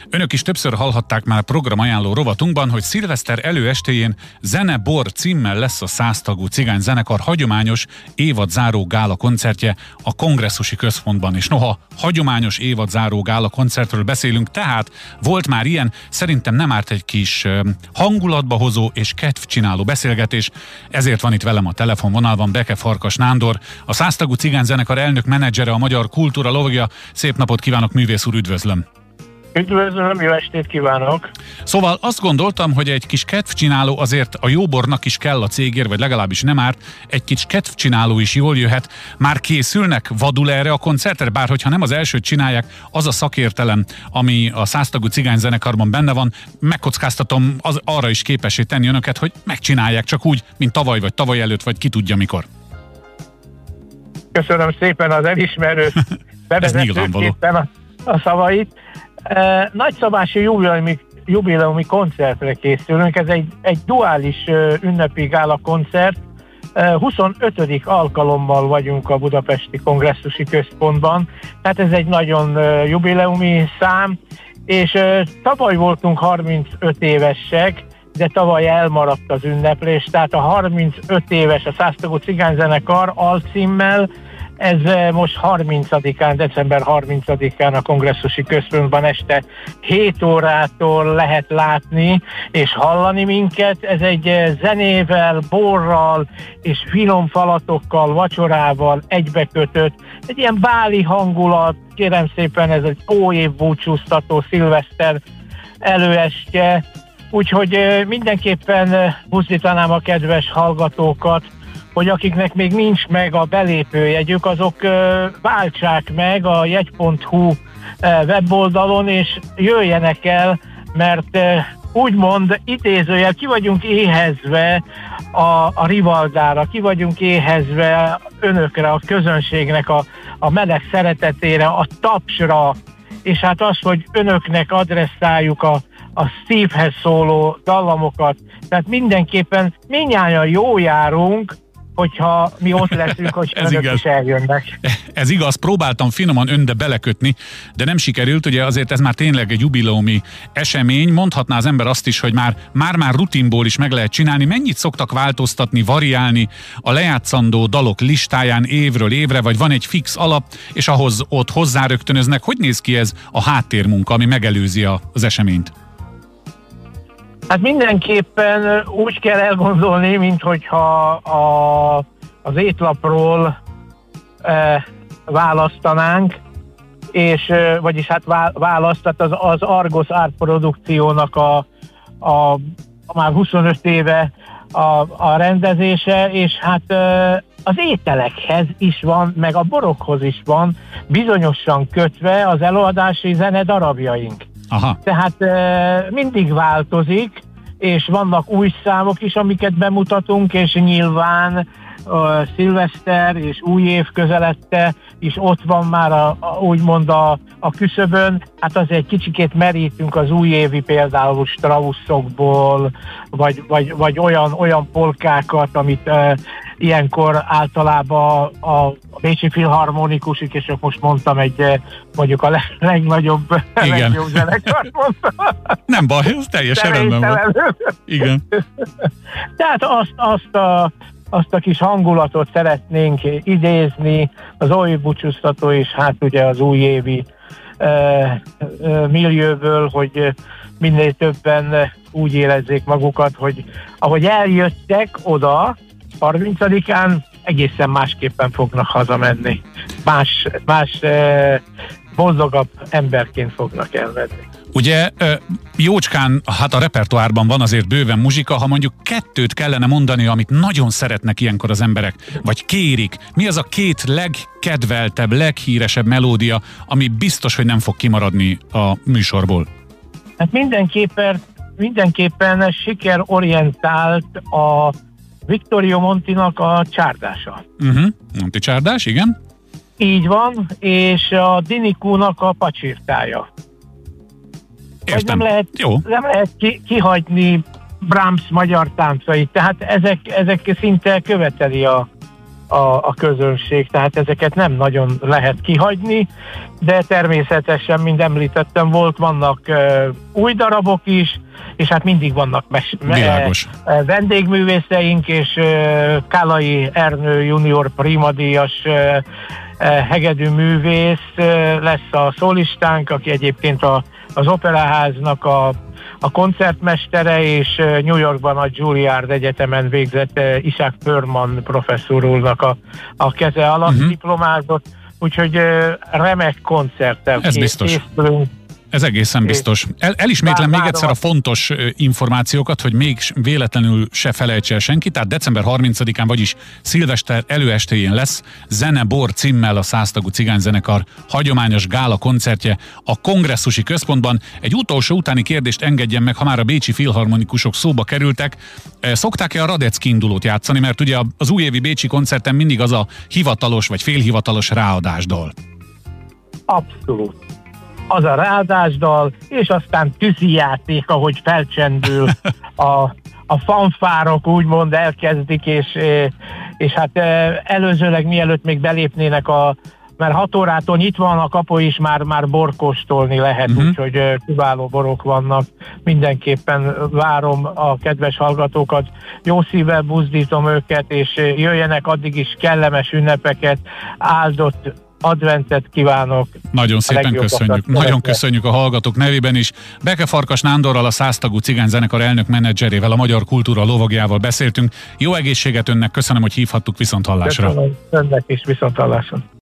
Önök is többször hallhatták már a programajánló rovatunkban, hogy szilveszter előestéjén Zene-bor címmel lesz a 100 tagú cigányzenekar hagyományos évadzáró gála koncertje a Kongresszusi Központban. És noha hagyományos évadzáró gála koncertről beszélünk, tehát volt már ilyen, szerintem nem árt egy kis hangulatba hozó és kedvcsináló beszélgetés, ezért van itt velem a telefonvonalban Beke Farkas Nándor, a 100 tagú cigányzenekar elnök menedzsere, a magyar kultúra lovagja. Szép napot kívánok, művész úr, üdvözlöm! Üdvözlöm, jó estét kívánok! Szóval azt gondoltam, hogy egy kis kedvcsináló azért a jóbornak is kell a cégért, vagy legalábbis nem árt, egy kis kedvcsináló is jól jöhet. Már készülnek vadul erre a koncertre, bár hogyha nem az elsőt csinálják, az a szakértelem, ami a 100 tagú cigányzenekarban benne van, megkockáztatom arra is képessé tenni önöket, hogy megcsinálják csak úgy, mint tavaly vagy tavaly előtt, vagy ki tudja mikor. Köszönöm szépen az elismerő bevezetőképpen a szavait. Nagyszabású jubileumi koncertre készülünk, ez egy duális ünnepi gála koncert. 25. alkalommal vagyunk a Budapesti Kongresszusi Központban, tehát ez egy nagyon jubileumi szám, és tavaly voltunk 35 évesek, de tavaly elmaradt az ünneplés, tehát a 35 éves a 100 tagú cigányzenekar alcímmel, ez most 30-án, december 30-án a Kongresszusi Központban este 7 órától lehet látni és hallani minket. Ez egy zenével, borral és finom falatokkal, vacsorával egybekötött, egy ilyen báli hangulat, kérem szépen, ez egy óév búcsúztató szilveszter előestje, úgyhogy mindenképpen buzdítanám a kedves hallgatókat, hogy akiknek még nincs meg a belépőjegyük, azok váltsák meg a jegy.hu weboldalon, és jöjjenek el, mert úgymond idézőjel ki vagyunk éhezve a Rivaldára, ki vagyunk éhezve önökre, a közönségnek a meleg szeretetére, a tapsra, és hát az, hogy önöknek adresszáljuk a szívhez szóló dallamokat. Tehát mindenképpen mindnyájan jó járunk, hogyha mi ott leszünk, hogy önök is eljönnek. Ez igaz, próbáltam finoman önbe belekötni, de nem sikerült, ugye azért ez már tényleg egy jubileumi esemény, mondhatná az ember azt is, hogy már rutinból is meg lehet csinálni. Mennyit szoktak változtatni, variálni a lejátszandó dalok listáján évről évre, vagy van egy fix alap, és ahhoz ott hozzárögtönöznek? Hogy néz ki ez a háttérmunka, ami megelőzi az eseményt? Hát mindenképpen úgy kell elgondolni, minthogyha az étlapról választanánk, és vagyis hát választat az Argos Art produkciónak a már 25 éve a rendezése, és hát az ételekhez is van, meg a borokhoz is van bizonyosan kötve az előadási zene darabjaink. Aha. Tehát mindig változik, és vannak új számok is, amiket bemutatunk, és nyilván szilveszter és új év közelette is ott van már úgymond a küszöbön. Hát azért egy kicsikét merítünk az újévi például Straussokból, vagy olyan polkákat, amit ilyenkor általában a Bécsi Filharmonikusik, és most mondtam mondjuk a legnagyobb zenekart mondtam. Nem baj, ez teljesen rendben van. Igen. Tehát azt a kis hangulatot szeretnénk idézni, az új búcsúztató és hát ugye az újévi millióből, hogy minél többen úgy érezzék magukat, hogy ahogy eljöttek oda 30-án, egészen másképpen fognak hazamenni. Más boldogabb emberként fognak elmenni. Ugye jócskán, hát a repertoárban van azért bőven muzsika, ha mondjuk kettőt kellene mondani, amit nagyon szeretnek ilyenkor az emberek, vagy kérik, mi az a két legkedveltebb, leghíresebb melódia, ami biztos, hogy nem fog kimaradni a műsorból? Hát mindenképpen sikerorientált a Vittorio Montinak a Csárdása. Monti Csárdás, igen. Így van, és a Dinikúnak a Pacsirtája. Értem. Nem lehet kihagyni Brahms magyar táncait, tehát ezek szinte követeli a a közönség, tehát ezeket nem nagyon lehet kihagyni, de természetesen, mint említettem, vannak új darabok is, és hát mindig vannak vendégművészeink, és Kálai Ernő junior primadíjas hegedű művész lesz a szólistánk, aki egyébként az Operaháznak a koncertmestere, és New Yorkban a Juilliard Egyetemen végzett Isaac Perlman professzor úrnak a keze alatt diplomázott, úgyhogy remek koncerttel készülünk. Ez egészen biztos. Elismétlem még egyszer a fontos információkat, hogy még véletlenül se felejts el senki. Tehát december 30-án, vagyis szilveszter előestéjén lesz Zene Bor címmel a 100 tagú cigányzenekar hagyományos gála koncertje a Kongresszusi Központban. Egy utolsó utáni kérdést engedjen meg, ha már a bécsi filharmonikusok szóba kerültek. Szokták-e a Radetzky indulót játszani? Mert ugye az újévi bécsi koncerten mindig az a hivatalos vagy félhivatalos ráadásdal. Abszolút. Az a ráadásdal, és aztán tűzijáték, ahogy felcsendül, a fanfárok úgymond elkezdik, és hát előzőleg mielőtt még belépnének mert 6 órától nyitva van a kapu is, már borkóstolni lehet, úgyhogy kiváló borok vannak. Mindenképpen várom a kedves hallgatókat, jó szívvel buzdítom őket, és jöjjenek, addig is kellemes ünnepeket, áldott adventet kívánok. Nagyon szépen köszönjük. Nagyon köszönjük a hallgatók nevében is. Beke Farkas Nándorral, a 100 tagú cigányzenekar elnök menedzserével, a Magyar Kultúra lovagjával beszéltünk. Jó egészséget önnek, köszönöm, hogy hívhattuk, viszonthallásra. Köszönöm önnek is, viszonthallásra.